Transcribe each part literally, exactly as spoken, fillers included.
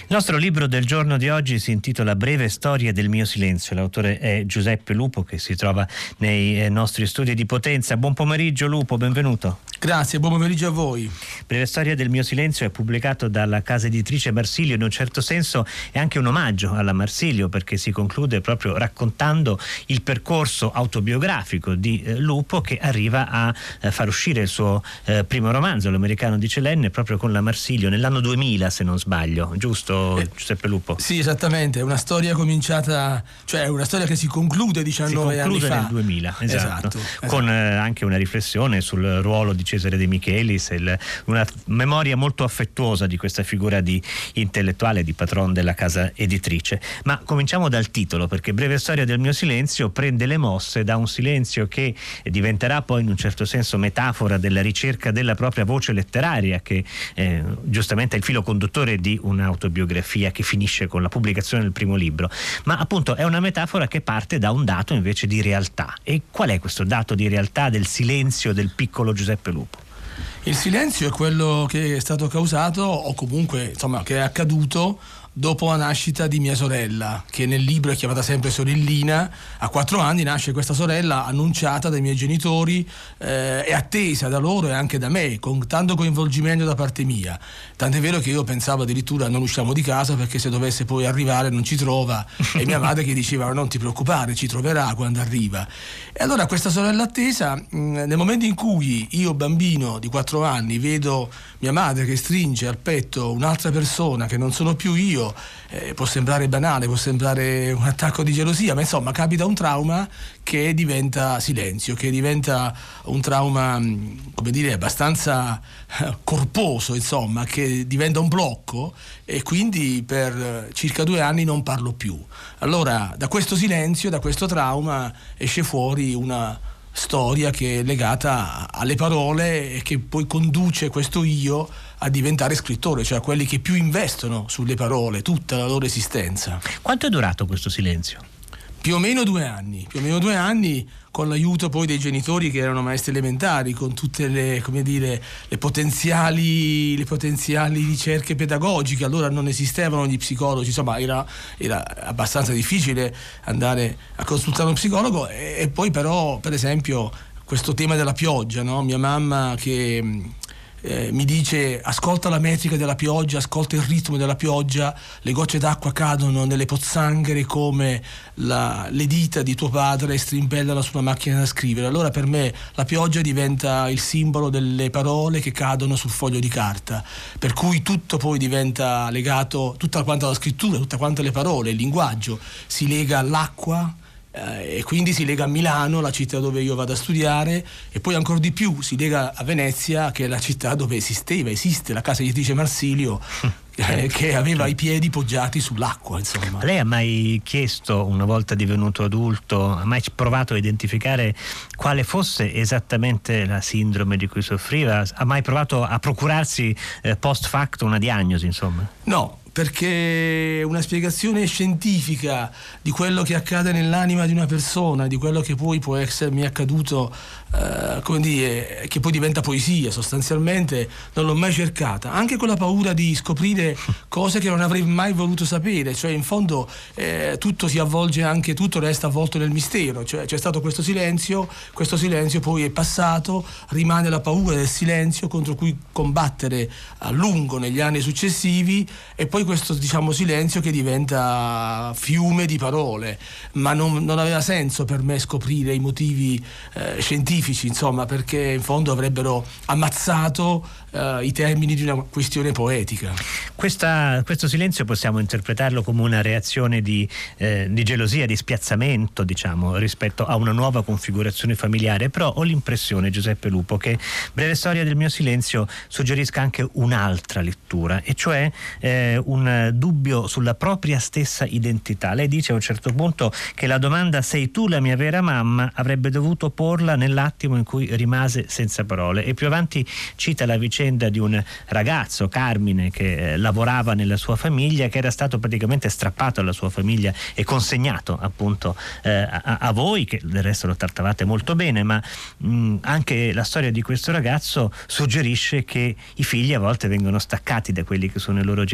Il nostro libro del giorno di oggi si intitola Breve storia del mio silenzio. L'autore è Giuseppe Lupo, che si trova nei nostri studi di Potenza. Buon pomeriggio Lupo, benvenuto. Grazie, buon pomeriggio a voi. Breve storia del mio silenzio è pubblicato dalla casa editrice Marsilio. In un certo senso è anche un omaggio alla Marsilio, perché si conclude proprio raccontando il percorso autobiografico di eh, Lupo, che arriva a eh, far uscire il suo eh, primo romanzo, L'Americano di Celenne, proprio con la Marsilio nell'anno duemila, se non sbaglio, giusto eh, Giuseppe Lupo? Sì, esattamente, è una storia cominciata, cioè una storia che si conclude diciannove anni fa. Si conclude nel duemila, esatto, esatto, esatto. Con eh, anche una riflessione sul ruolo di Cesare De Michelis, il, una memoria molto affettuosa di questa figura di intellettuale, di patron della casa editrice. Ma cominciamo dal titolo, perché Breve storia del mio silenzio prende le mosse da un silenzio che diventerà poi in un certo senso metafora della ricerca della propria voce letteraria, che eh, giustamente è il filo conduttore di un'autobiografia che finisce con la pubblicazione del primo libro. Ma appunto è una metafora che parte da un dato invece di realtà. E qual è questo dato di realtà del silenzio del piccolo Giuseppe Lupo? Il silenzio è quello che è stato causato, o comunque insomma che è accaduto dopo la nascita di mia sorella, che nel libro è chiamata sempre sorellina. A quattro anni nasce questa sorella annunciata dai miei genitori eh, e attesa da loro e anche da me, con tanto coinvolgimento da parte mia. Tant'è vero che io pensavo addirittura non usciamo di casa, perché se dovesse poi arrivare non ci trova, e mia madre che diceva non ti preoccupare, ci troverà quando arriva. E allora questa sorella attesa, mh, nel momento in cui io bambino di quattro anni vedo mia madre che stringe al petto un'altra persona che non sono più io, Eh, può sembrare banale, può sembrare un attacco di gelosia, ma insomma capita un trauma che diventa silenzio, che diventa un trauma, come dire, abbastanza corposo, insomma, che diventa un blocco, e quindi per circa due anni non parlo più. Allora da questo silenzio, da questo trauma esce fuori una storia che è legata alle parole e che poi conduce questo io a diventare scrittore, cioè a quelli che più investono sulle parole tutta la loro esistenza. Quanto è durato questo silenzio? Più o meno due anni, più o meno due anni con l'aiuto poi dei genitori, che erano maestri elementari, con tutte le, come dire, le potenziali, le potenziali ricerche pedagogiche. Allora non esistevano gli psicologi, insomma era, era abbastanza difficile andare a consultare un psicologo. E, e poi però, per esempio, questo tema della pioggia, no? Mia mamma che Eh, mi dice ascolta la metrica della pioggia, ascolta il ritmo della pioggia, le gocce d'acqua cadono nelle pozzanghere come la, le dita di tuo padre strimpellano su una macchina da scrivere. Allora per me la pioggia diventa il simbolo delle parole che cadono sul foglio di carta, per cui tutto poi diventa legato, tutta quanta la scrittura, tutta quanta le parole, il linguaggio si lega all'acqua, e quindi si lega a Milano, la città dove io vado a studiare, e poi ancora di più si lega a Venezia, che è la città dove esisteva, esiste la casa editrice Marsilio, eh, che aveva i piedi poggiati sull'acqua, insomma. Lei ha mai chiesto, una volta divenuto adulto, ha mai provato a identificare quale fosse esattamente la sindrome di cui soffriva? Ha mai provato a procurarsi eh, post facto una diagnosi, insomma? No, perché una spiegazione scientifica di quello che accade nell'anima di una persona, di quello che poi può essermi accaduto, eh, come dire, che poi diventa poesia sostanzialmente, non l'ho mai cercata, anche con la paura di scoprire cose che non avrei mai voluto sapere. Cioè in fondo eh, tutto si avvolge, anche tutto resta avvolto nel mistero, cioè c'è stato questo silenzio, questo silenzio poi è passato, rimane la paura del silenzio contro cui combattere a lungo negli anni successivi, e poi questo, diciamo, silenzio che diventa fiume di parole. Ma non, non aveva senso per me scoprire i motivi eh, scientifici, insomma, perché in fondo avrebbero ammazzato eh, i termini di una questione poetica. Questa, questo silenzio possiamo interpretarlo come una reazione di, eh, di gelosia, di spiazzamento, diciamo, rispetto a una nuova configurazione familiare. Però ho l'impressione, Giuseppe Lupo, che Breve storia del mio silenzio suggerisca anche un'altra lettura, e cioè eh, un dubbio sulla propria stessa identità. Lei dice a un certo punto che la domanda "sei tu la mia vera mamma?" avrebbe dovuto porla nell'attimo in cui rimase senza parole, e più avanti cita la vicenda di un ragazzo, Carmine, che eh, lavorava nella sua famiglia, che era stato praticamente strappato alla sua famiglia e consegnato appunto eh, a, a voi, che del resto lo trattavate molto bene. Ma mh, anche la storia di questo ragazzo suggerisce che i figli a volte vengono staccati da quelli che sono i loro genitori. C'è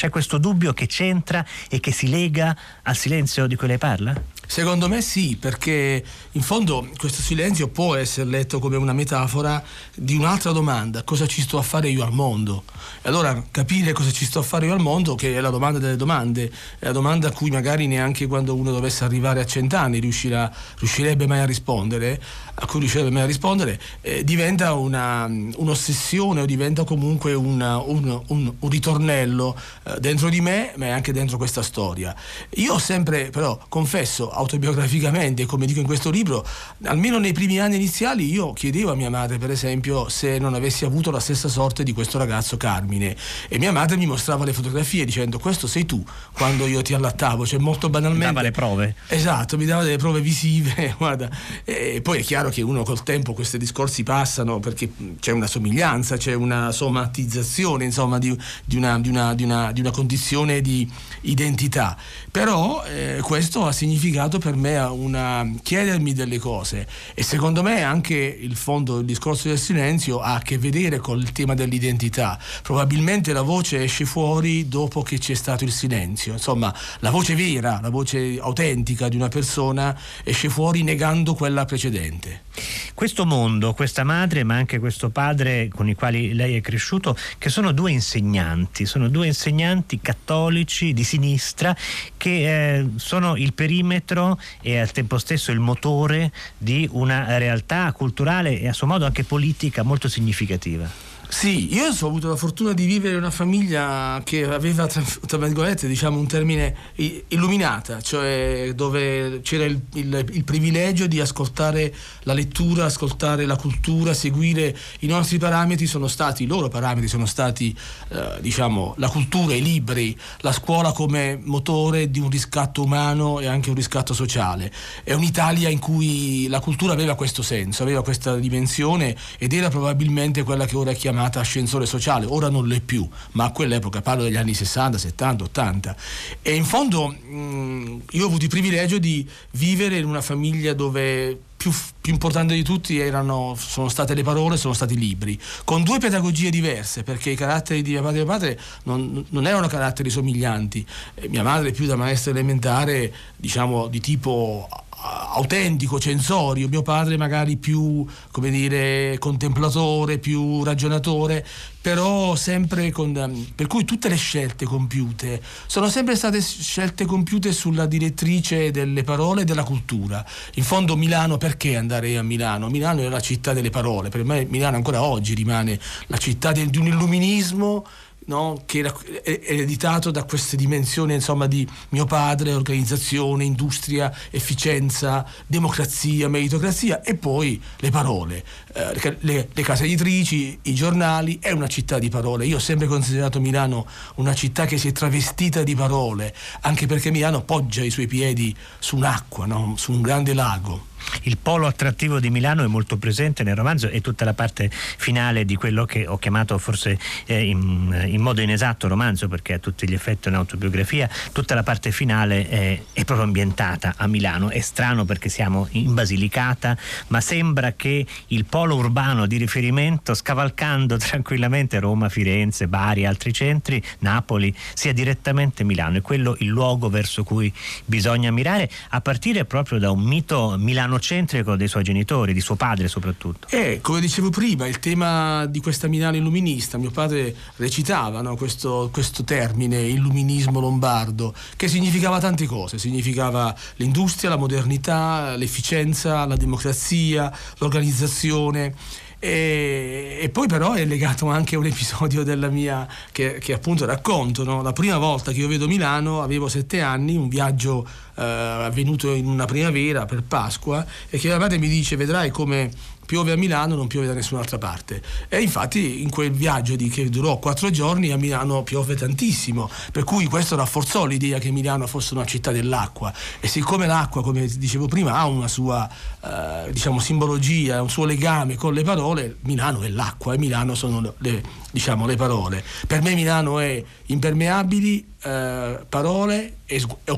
C'è questo dubbio che c'entra e che si lega al silenzio di cui lei parla? Secondo me sì, perché in fondo questo silenzio può essere letto come una metafora di un'altra domanda: cosa ci sto a fare io al mondo? E allora capire cosa ci sto a fare io al mondo, che è la domanda delle domande, è la domanda a cui magari neanche quando uno dovesse arrivare a cent'anni riuscirà, riuscirebbe mai a rispondere, a cui riuscirebbe mai a rispondere, eh, diventa una, un'ossessione, o diventa comunque una, un, un, un ritornello eh, dentro di me, ma anche dentro questa storia. Io ho sempre, però, confesso autobiograficamente, come dico in questo libro, almeno nei primi anni iniziali io chiedevo a mia madre, per esempio, se non avessi avuto la stessa sorte di questo ragazzo Carmine, e mia madre mi mostrava le fotografie dicendo: questo sei tu quando io ti allattavo, cioè molto banalmente. Mi dava le prove. Esatto, mi dava delle prove visive, guarda. E poi è chiaro che uno col tempo questi discorsi passano, perché c'è una somiglianza, c'è una somatizzazione, insomma, di, di, una, di, una, di, una, di una condizione di identità. Però eh, questo ha significato per me una chiedermi delle cose, e secondo me anche il fondo del discorso del silenzio ha a che vedere con il tema dell'identità. Probabilmente la voce esce fuori dopo che c'è stato il silenzio, insomma la voce vera, la voce autentica di una persona esce fuori negando quella precedente. Questo mondo, questa madre, ma anche questo padre con i quali lei è cresciuto, che sono due insegnanti, sono due insegnanti cattolici di sinistra che eh, sono il perimetro e al tempo stesso il motore di una realtà culturale e a suo modo anche politica molto significativa. Sì, io ho avuto la fortuna di vivere in una famiglia che aveva, tra, tra virgolette, diciamo un termine, illuminata, cioè dove c'era il, il, il privilegio di ascoltare la lettura, ascoltare la cultura, seguire i nostri parametri. Sono stati, i loro parametri sono stati, eh, diciamo, la cultura, i libri, la scuola come motore di un riscatto umano e anche un riscatto sociale. È un'Italia in cui la cultura aveva questo senso, aveva questa dimensione, ed era probabilmente quella che ora è chiamata ascensore sociale. Ora non l'è più, ma a quell'epoca, parlo degli anni sessanta, settanta, ottanta, e in fondo mh, io ho avuto il privilegio di vivere in una famiglia dove più, più importante di tutti erano, sono state le parole, sono stati i libri, con due pedagogie diverse, perché i caratteri di mia madre e mio padre non, non erano caratteri somiglianti. Eh, mia madre più da maestra elementare, diciamo di tipo autentico, censorio, mio padre magari più, come dire, contemplatore, più ragionatore, però sempre con, per cui tutte le scelte compiute sono sempre state scelte compiute sulla direttrice delle parole e della cultura. In fondo Milano, perché andare a Milano? Milano è la città delle parole, per me Milano ancora oggi rimane la città di, di un illuminismo, no? Che è ereditato da queste dimensioni, insomma, di mio padre: organizzazione, industria, efficienza, democrazia, meritocrazia, e poi le parole, eh, le, le case editrici, i giornali. È una città di parole. Io ho sempre considerato Milano una città che si è travestita di parole, anche perché Milano poggia i suoi piedi su un'acqua, no? Su un grande lago. Il polo attrattivo di Milano è molto presente nel romanzo, e tutta la parte finale di quello che ho chiamato forse eh, in, in modo inesatto romanzo, perché a tutti gli effetti è un'autobiografia, tutta la parte finale è, è proprio ambientata a Milano. È strano perché siamo in Basilicata, ma sembra che il polo urbano di riferimento, scavalcando tranquillamente Roma, Firenze, Bari, altri centri, Napoli, sia direttamente Milano. È quello il luogo verso cui bisogna mirare, a partire proprio da un mito milanocentrico dei suoi genitori, di suo padre soprattutto. E come dicevo prima, il tema di questa Milano illuminista, mio padre recitava, no, questo, questo termine, illuminismo lombardo, che significava tante cose. Significava l'industria, la modernità, l'efficienza, la democrazia, l'organizzazione. E, e poi però è legato anche a un episodio della mia che, che appunto racconto, no? La prima volta che io vedo Milano avevo sette anni, un viaggio eh, avvenuto in una primavera per Pasqua, e che mia madre mi dice: vedrai come piove a Milano, non piove da nessun'altra parte. E infatti in quel viaggio di, che durò quattro giorni, a Milano piove tantissimo, per cui questo rafforzò l'idea che Milano fosse una città dell'acqua. E siccome l'acqua, come dicevo prima, ha una sua eh, diciamo simbologia, un suo legame con le parole, Milano è l'acqua e Milano sono le, diciamo, le parole. Per me Milano è impermeabili, eh, parole e,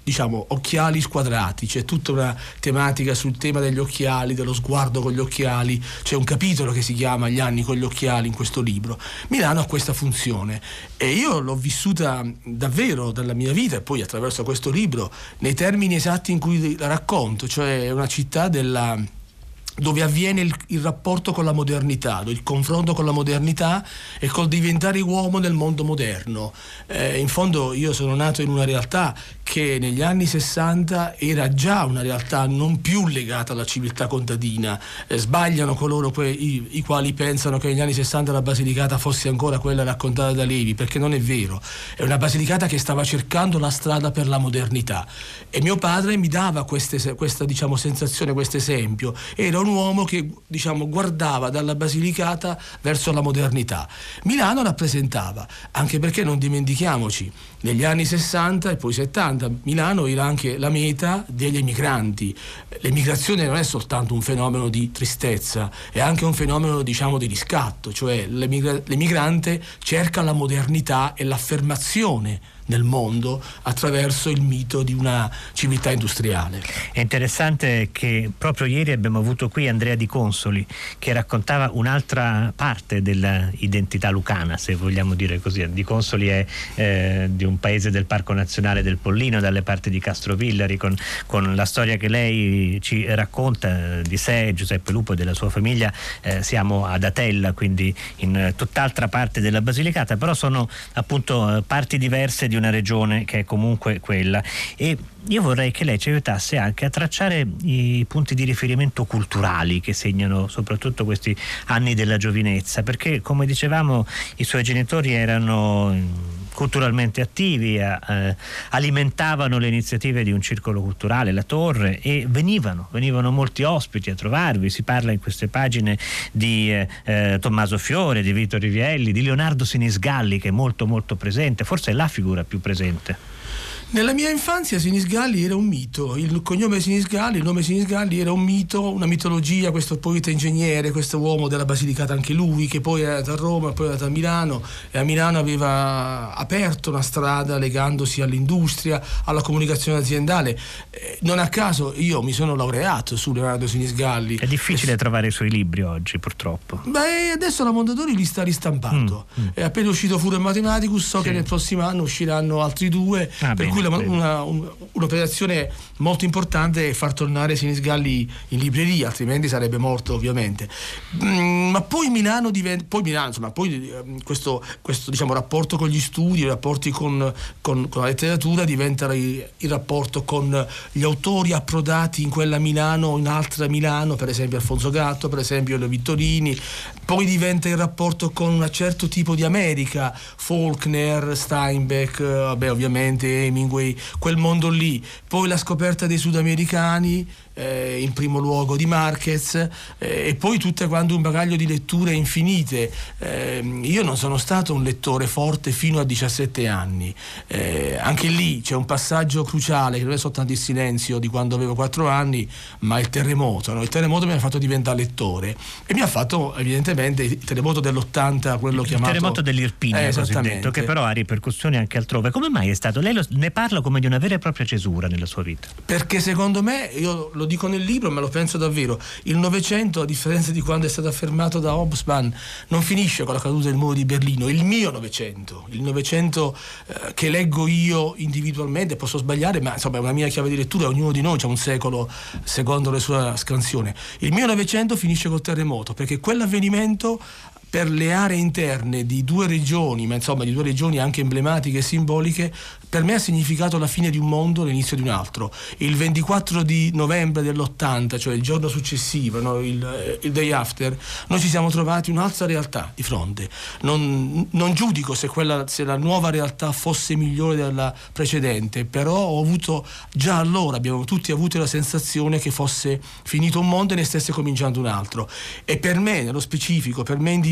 diciamo occhiali squadrati, c'è tutta una tematica sul tema degli occhiali, dello sguardo con gli occhiali, c'è un capitolo che si chiama Gli anni con gli occhiali in questo libro. Milano ha questa funzione e io l'ho vissuta davvero dalla mia vita e poi attraverso questo libro nei termini esatti in cui la racconto, cioè è una città della dove avviene il, il rapporto con la modernità, il confronto con la modernità e col diventare uomo nel mondo moderno. Eh, in fondo io sono nato in una realtà che negli anni sessanta era già una realtà non più legata alla civiltà contadina. Eh, sbagliano coloro que- i, i quali pensano che negli anni sessanta la Basilicata fosse ancora quella raccontata da Levi, perché non è vero. È una Basilicata che stava cercando la strada per la modernità e mio padre mi dava queste, questa diciamo sensazione, questo esempio. Era un uomo che diciamo guardava dalla Basilicata verso la modernità. Milano rappresentava, anche perché non dimentichiamoci, negli anni sessanta e poi settanta Milano era anche la meta degli emigranti. L'emigrazione non è soltanto un fenomeno di tristezza, è anche un fenomeno diciamo di riscatto, cioè l'emigra- l'emigrante cerca la modernità e l'affermazione nel mondo attraverso il mito di una civiltà industriale. È interessante che proprio ieri abbiamo avuto qui Andrea Di Consoli che raccontava un'altra parte dell'identità lucana, se vogliamo dire così. Di Consoli è eh, di un paese del Parco Nazionale del Pollino, dalle parti di Castrovillari, con, con la storia che lei ci racconta di sé, Giuseppe Lupo e della sua famiglia. Eh, siamo ad Atella, quindi in tutt'altra parte della Basilicata, però sono appunto parti diverse di una regione che è comunque quella, e io vorrei che lei ci aiutasse anche a tracciare i punti di riferimento culturali che segnano soprattutto questi anni della giovinezza, perché come dicevamo i suoi genitori erano culturalmente attivi, eh, alimentavano le iniziative di un circolo culturale, La Torre, e venivano, venivano molti ospiti a trovarvi. Si parla in queste pagine di eh, Tommaso Fiore, di Vito Rivielli, di Leonardo Sinisgalli, che è molto molto presente, forse è la figura più presente. Nella mia infanzia Sinisgalli era un mito, il cognome Sinisgalli, il nome Sinisgalli era un mito, una mitologia, questo poeta ingegnere, questo uomo della Basilicata anche lui, che poi è andato a Roma, poi è andato a Milano, e a Milano aveva aperto una strada legandosi all'industria, alla comunicazione aziendale. Eh, non a caso io mi sono laureato su Leonardo Sinisgalli. È difficile e... trovare i suoi libri oggi, purtroppo. Beh, adesso la Mondadori li sta ristampando. Mm, mm. È appena uscito Furor Mathematicus, so sì. che nel prossimo anno usciranno altri due, ah, per bene. cui la, una, un, un'operazione molto importante è far tornare Sinisgalli in libreria, altrimenti sarebbe morto ovviamente. Mm, ma poi Milano diventa, poi Milano, insomma, poi um, questo, questo diciamo rapporto con gli studi, i rapporti con, con, con la letteratura diventa il, il rapporto con gli autori approdati in quella Milano o in altra Milano, per esempio Alfonso Gatto, per esempio Leo Vittorini. Poi diventa il rapporto con un certo tipo di America, Faulkner, Steinbeck, vabbè, ovviamente Hemingway, quel mondo lì. Poi la scoperta dei sudamericani, eh, in primo luogo di Marquez, eh, e poi tutto quanto un bagaglio di letture infinite. Eh, io non sono stato un lettore forte fino a diciassette anni. Eh, anche lì c'è un passaggio cruciale, che non è soltanto il silenzio di quando avevo quattro anni, ma il terremoto. No? Il terremoto mi ha fatto diventare lettore e mi ha fatto evidentemente il terremoto dell'ottanta, quello il chiamato... Il terremoto dell'Irpinia, eh, cosiddetto, che però ha ripercussioni anche altrove. Come mai è stato? Lei lo, ne parla come di una vera e propria cesura nella sua vita. Perché secondo me, io lo dico nel libro, ma lo penso davvero, il Novecento, a differenza di quando è stato affermato da Hobsbawm, non finisce con la caduta del muro di Berlino. Il mio Novecento, il Novecento eh, che leggo io individualmente, posso sbagliare, ma insomma è una mia chiave di lettura, ognuno di noi c'ha un secolo secondo la sua scansione. Il mio Novecento finisce col terremoto, perché quell'avvenimento per le aree interne di due regioni, ma insomma di due regioni anche emblematiche e simboliche, per me ha significato la fine di un mondo, l'inizio di un altro. Il ventiquattro di novembre dell'ottanta, cioè il giorno successivo, no, il, il day after, noi ci siamo trovati un'altra realtà di fronte. Non, non giudico se, quella, se la nuova realtà fosse migliore della precedente, però ho avuto, già allora abbiamo tutti avuto la sensazione che fosse finito un mondo e ne stesse cominciando un altro. E per me, nello specifico, per me individualmente,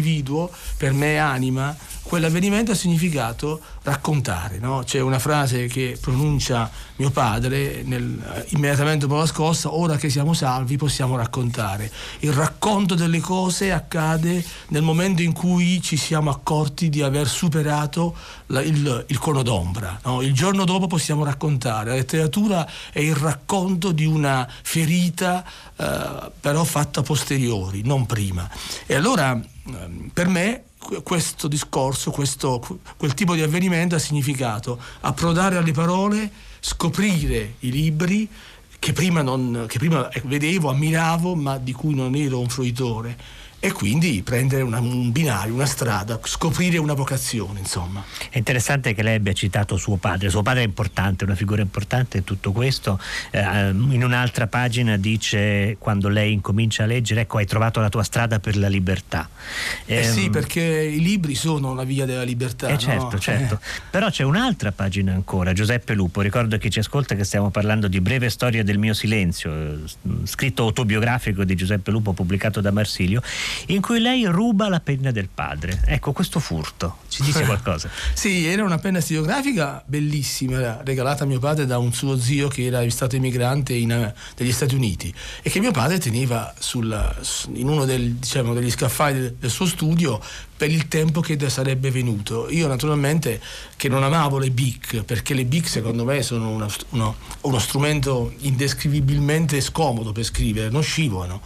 individuo, per me anima, quell'avvenimento ha significato raccontare, no? C'è una frase che pronuncia mio padre nel, immediatamente dopo la scossa: ora che siamo salvi possiamo raccontare. Il racconto delle cose accade nel momento in cui ci siamo accorti di aver superato la, il, il cono d'ombra, no? Il giorno dopo possiamo raccontare. La letteratura è il racconto di una ferita eh, però fatta a posteriori, non prima. E allora eh, per me questo discorso, questo, quel tipo di avvenimento ha significato approdare alle parole, scoprire i libri che prima, non, che prima vedevo, ammiravo, ma di cui non ero un fruitore, e quindi prendere una, un binario, una strada, scoprire una vocazione, insomma. È interessante che lei abbia citato suo padre. Suo padre è importante, una figura importante in tutto questo. Eh, in un'altra pagina dice, quando lei incomincia a leggere, ecco, hai trovato la tua strada per la libertà. Eh, eh sì, perché i libri sono la via della libertà. Eh certo, no? certo. Eh. Però c'è un'altra pagina ancora, Giuseppe Lupo. Ricordo a chi ci ascolta che stiamo parlando di Breve storia del mio silenzio, scritto autobiografico di Giuseppe Lupo pubblicato da Marsilio, in cui lei ruba la penna del padre. Ecco, questo furto ci dice qualcosa? Sì, era una penna stilografica bellissima, era regalata a mio padre da un suo zio che era stato emigrante in, negli Stati Uniti, e che mio padre teneva sul, in uno del, diciamo, degli scaffali del, del suo studio per il tempo che sarebbe venuto. Io naturalmente, che non amavo le Bic, perché le Bic secondo me sono una, uno, uno strumento indescrivibilmente scomodo per scrivere, non scivolano.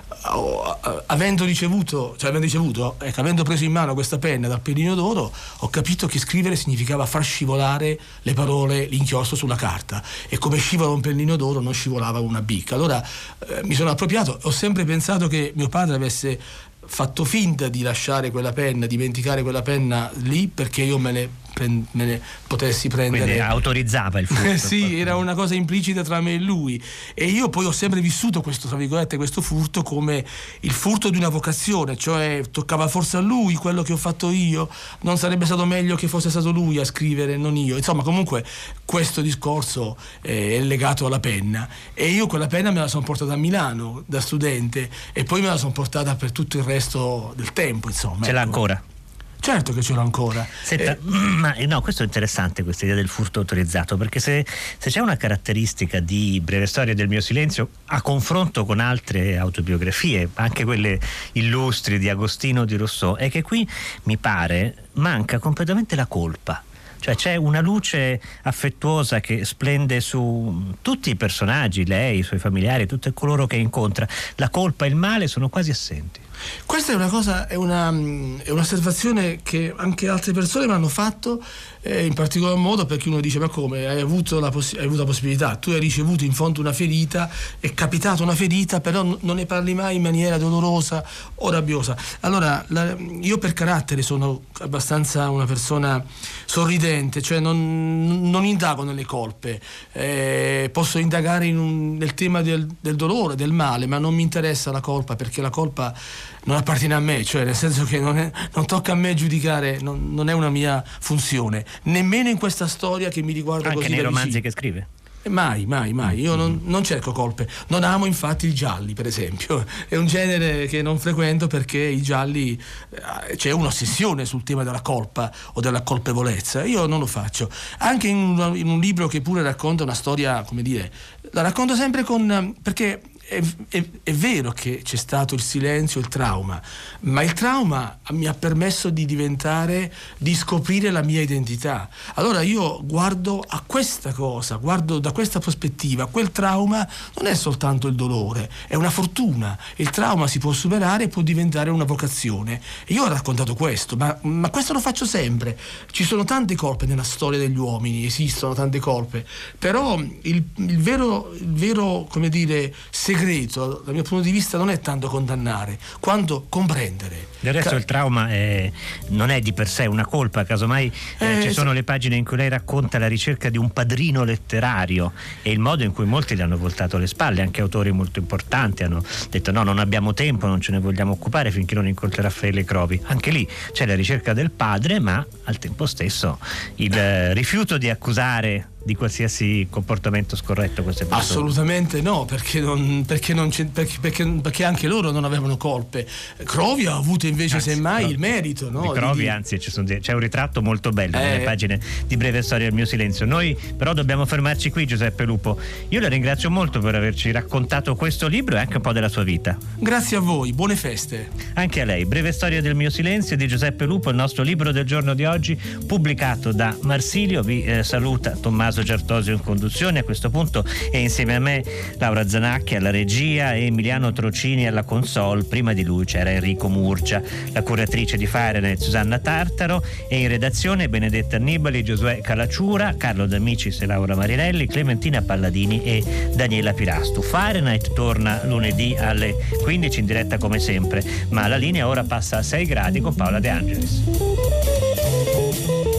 Avendo ricevuto, cioè avendo ricevuto, ecco, avendo preso in mano questa penna dal pennino d'oro, ho capito che scrivere significava far scivolare le parole, l'inchiostro sulla carta, e come scivola un pennino d'oro non scivolava una Bic. Allora eh, mi sono appropriato. Ho sempre pensato che mio padre avesse fatto finta di lasciare quella penna, dimenticare quella penna lì, perché io me ne, me ne potessi prendere. Quindi autorizzava il furto. Sì, era una cosa implicita tra me e lui, e io poi ho sempre vissuto questo, tra virgolette, questo furto come il furto di una vocazione, cioè toccava forse a lui quello che ho fatto io, non sarebbe stato meglio che fosse stato lui a scrivere, non io. Insomma, comunque questo discorso eh, è legato alla penna, e io quella penna me la sono portata a Milano da studente, e poi me la sono portata per tutto il resto del tempo, insomma. Ce l'ha ecco. ancora? Certo che ce l'ho ancora. Senta, eh, ma no, questo è interessante, questa idea del furto autorizzato, perché se, se c'è una caratteristica di Breve storia del mio silenzio a confronto con altre autobiografie, anche quelle illustri di Agostino o di Rousseau, è che qui mi pare manca completamente la colpa. Cioè c'è una luce affettuosa che splende su tutti i personaggi, lei, i suoi familiari, tutti coloro che incontra. La colpa e il male sono quasi assenti. Questa è una cosa, è, una, è un'osservazione che anche altre persone mi hanno fatto, eh, in particolar modo perché uno dice: ma come, hai avuto, la poss- hai avuto la possibilità, tu hai ricevuto in fondo una ferita, è capitata una ferita, però n- non ne parli mai in maniera dolorosa o rabbiosa. Allora, la, io per carattere sono abbastanza una persona sorridente, cioè non, non indago nelle colpe, eh, posso indagare in un, nel tema del, del dolore, del male, ma non mi interessa la colpa, perché la colpa non appartiene a me, cioè nel senso che non, è, non tocca a me giudicare, non, non è una mia funzione, nemmeno in questa storia che mi riguarda anche così nei da romanzi vicino. Che scrive? Mai, mai, mai. Io non, non cerco colpe. Non amo infatti i gialli, per esempio. È un genere che non frequento perché i gialli eh, c'è un'ossessione sul tema della colpa o della colpevolezza. Io non lo faccio. Anche in un, in un libro che pure racconta una storia, come dire, la racconto sempre con... perché È, è, è vero che c'è stato il silenzio, il trauma, ma il trauma mi ha permesso di diventare, di scoprire la mia identità. Allora io guardo a questa cosa, guardo da questa prospettiva. Quel trauma non è soltanto il dolore, è una fortuna. Il trauma si può superare e può diventare una vocazione. E io ho raccontato questo, ma, ma questo lo faccio sempre. Ci sono tante colpe nella storia degli uomini, esistono tante colpe, però il, il vero, il vero, come dire, segreto dal mio punto di vista non è tanto condannare quanto comprendere. Del resto Ca- il trauma è, non è di per sé una colpa, casomai eh, eh, ci sono le pagine in cui lei racconta la ricerca di un padrino letterario e il modo in cui molti le hanno voltato le spalle, anche autori molto importanti hanno detto no, non abbiamo tempo, non ce ne vogliamo occupare finché non incontri Raffaele Crovi. Anche lì c'è la ricerca del padre, ma al tempo stesso il eh, rifiuto di accusare di qualsiasi comportamento scorretto queste persone? Assolutamente no, perché, non, perché, non c'è, perché, perché, perché anche loro non avevano colpe. Crovi ha avuto invece anzi, semmai Crovi, il merito, no? Di Crovi, di... anzi ci sono, c'è un ritratto molto bello eh. nelle pagine di Breve Storia del mio silenzio. Noi però dobbiamo fermarci qui, Giuseppe Lupo. Io la ringrazio molto per averci raccontato questo libro e anche un po' della sua vita. Grazie a voi, buone feste. Anche a lei. Breve Storia del mio silenzio di Giuseppe Lupo, il nostro libro del giorno di oggi, pubblicato da Marsilio. Vi eh, saluta Tommaso Giartosio in conduzione a questo punto, e insieme a me Laura Zanacchi alla regia e Emiliano Trocini alla console. Prima di lui c'era Enrico Murcia, la curatrice di Fahrenheit Susanna Tartaro, e in redazione Benedetta Annibali, Giosuè Calacciura, Carlo D'Amicis e Laura Marinelli, Clementina Palladini e Daniela Pirastu. Fahrenheit torna lunedì alle quindici in diretta come sempre, ma la linea ora passa a sei gradi con Paola De Angelis.